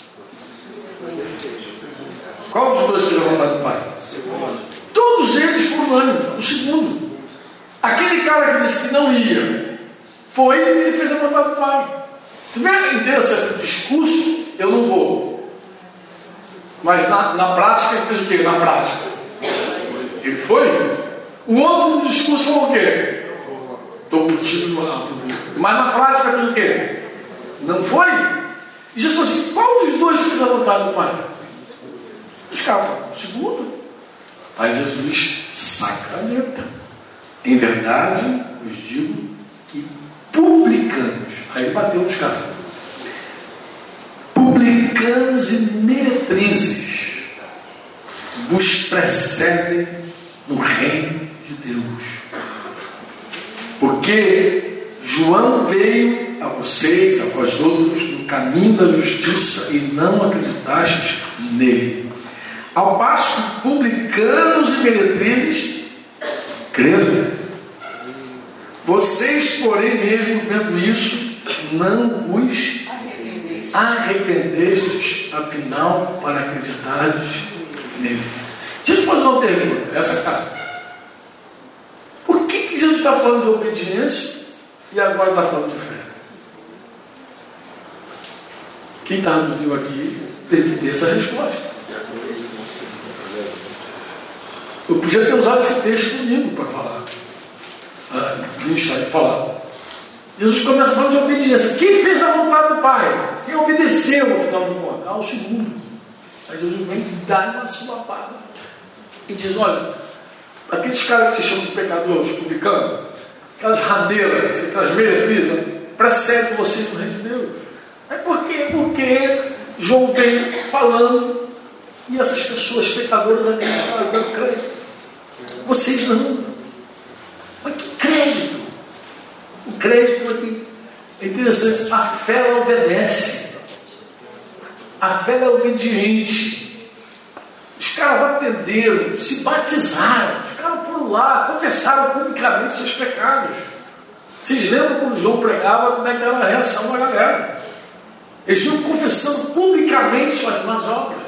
Qual dos dois fez a vontade do pai? Todos eles foram unânimes, o segundo. Aquele cara que disse que não ia, foi e ele fez a vontade do pai. Tu vê interessante, o discurso, eu não vou. Mas na, na prática ele fez o quê? Na prática. Ele foi. O outro no discurso falou o quê? Estou contigo lá. Mas na prática fez o quê? Não foi. E Jesus falou assim, qual dos dois fez a vontade do pai? Os caras, o segundo. Aí Jesus saca a letra. Em verdade, vos digo que publicanos, aí ele bateu nos caras, publicanos e meretrizes vos precedem no reino de Deus, porque João veio a vocês, a vós outros, no caminho da justiça e não acreditastes nele, ao passo que publicanos e meretrizes creram. Vocês, porém, mesmo vendo isso, não vos arrependestes, afinal, para acreditardes nele. Deixa eu fazer uma pergunta, essa cara. Por que, que Jesus está falando de obediência e agora está falando de fé? Quem está no livro aqui tem que ter essa resposta. Eu podia ter usado esse texto comigo para falar. Ah, de falar. Jesus começa falando de obediência. Quem fez a vontade do Pai? Quem obedeceu, ao final de contas? Ah, o segundo. Aí Jesus vem e dá uma sulapada e diz: olha, aqueles caras que se chamam de pecadores, publicanos, aquelas rameiras, aquelas meretrizes, precedem vocês no reino de Deus. É porque, porque João vem falando e essas pessoas pecadoras acreditaram, dando crédito. Vocês não. Mas que crédito? O crédito aqui é interessante. A fé ela obedece. A fé ela é obediente. Os caras aprenderam, se batizaram. Os caras foram lá, confessaram publicamente seus pecados. Vocês lembram quando João pregava, como é que era a reação da galera? Eles iam confessando publicamente suas más obras.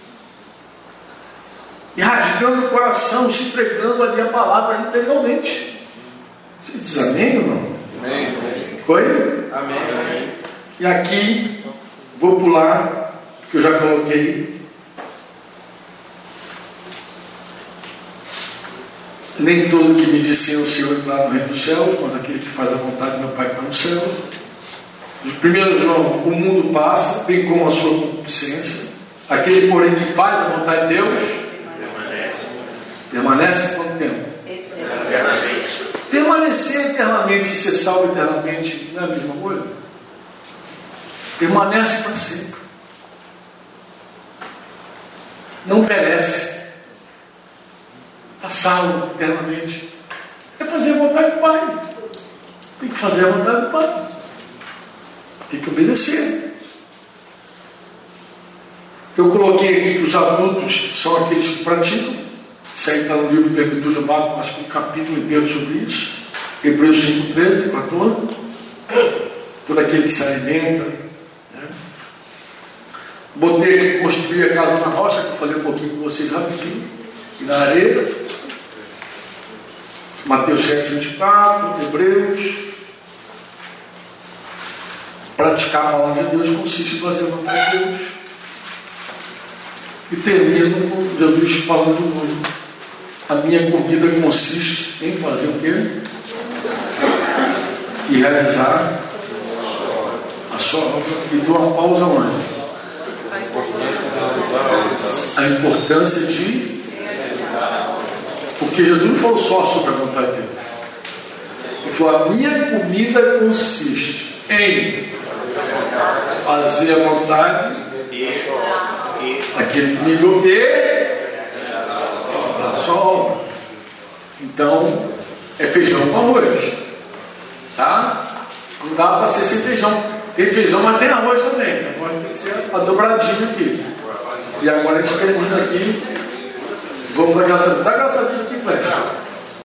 E rasgando o coração, se pregando ali a palavra integralmente. Você diz amém ou não? Amém. Foi? Amém. E aqui, vou pular, que eu já coloquei. Nem todo que me diz Senhor, Senhor entrará no reino dos céus, mas aquele que faz a vontade do meu Pai que está no céu. Primeiro João, o mundo passa, bem como a sua concupiscência. Aquele, porém, que faz a vontade de Deus, permanece. Permanece quanto tempo? Eternamente. Permanecer eternamente e ser salvo eternamente não é a mesma coisa? Permanece para sempre. Não perece. Está salvo eternamente. É fazer a vontade do Pai. Tem que fazer a vontade do Pai. Tem que obedecer. Eu coloquei aqui que os adultos são aqueles que praticam. Isso aí está no livro de Virtude do Bato, acho que um capítulo inteiro sobre isso. Hebreus cinco, treze, quatorze. Todo aquele que se alimenta. Né? Botei aqui, construí a casa na rocha, que eu falei um pouquinho com vocês rapidinho, e na areia. Mateus sete, vinte e quatro, Hebreus. Praticar a palavra de Deus consiste em fazer a vontade de Deus. E termino com Jesus falando de novo. A minha comida consiste em fazer o quê? E realizar a sua obra. E dou uma pausa onde? A importância de... Porque Jesus não falou só sobre a vontade de Deus. Ele falou, a minha comida consiste em fazer a vontade daquele que me enviou e a sua obra. Então, é feijão com arroz. Tá? Não dá para ser sem feijão. Tem feijão, mas tem arroz também. O arroz tem que ser a dobradinha aqui. E agora a gente termina aqui. Vamos dar graça a Deus. Dá graça a Deus.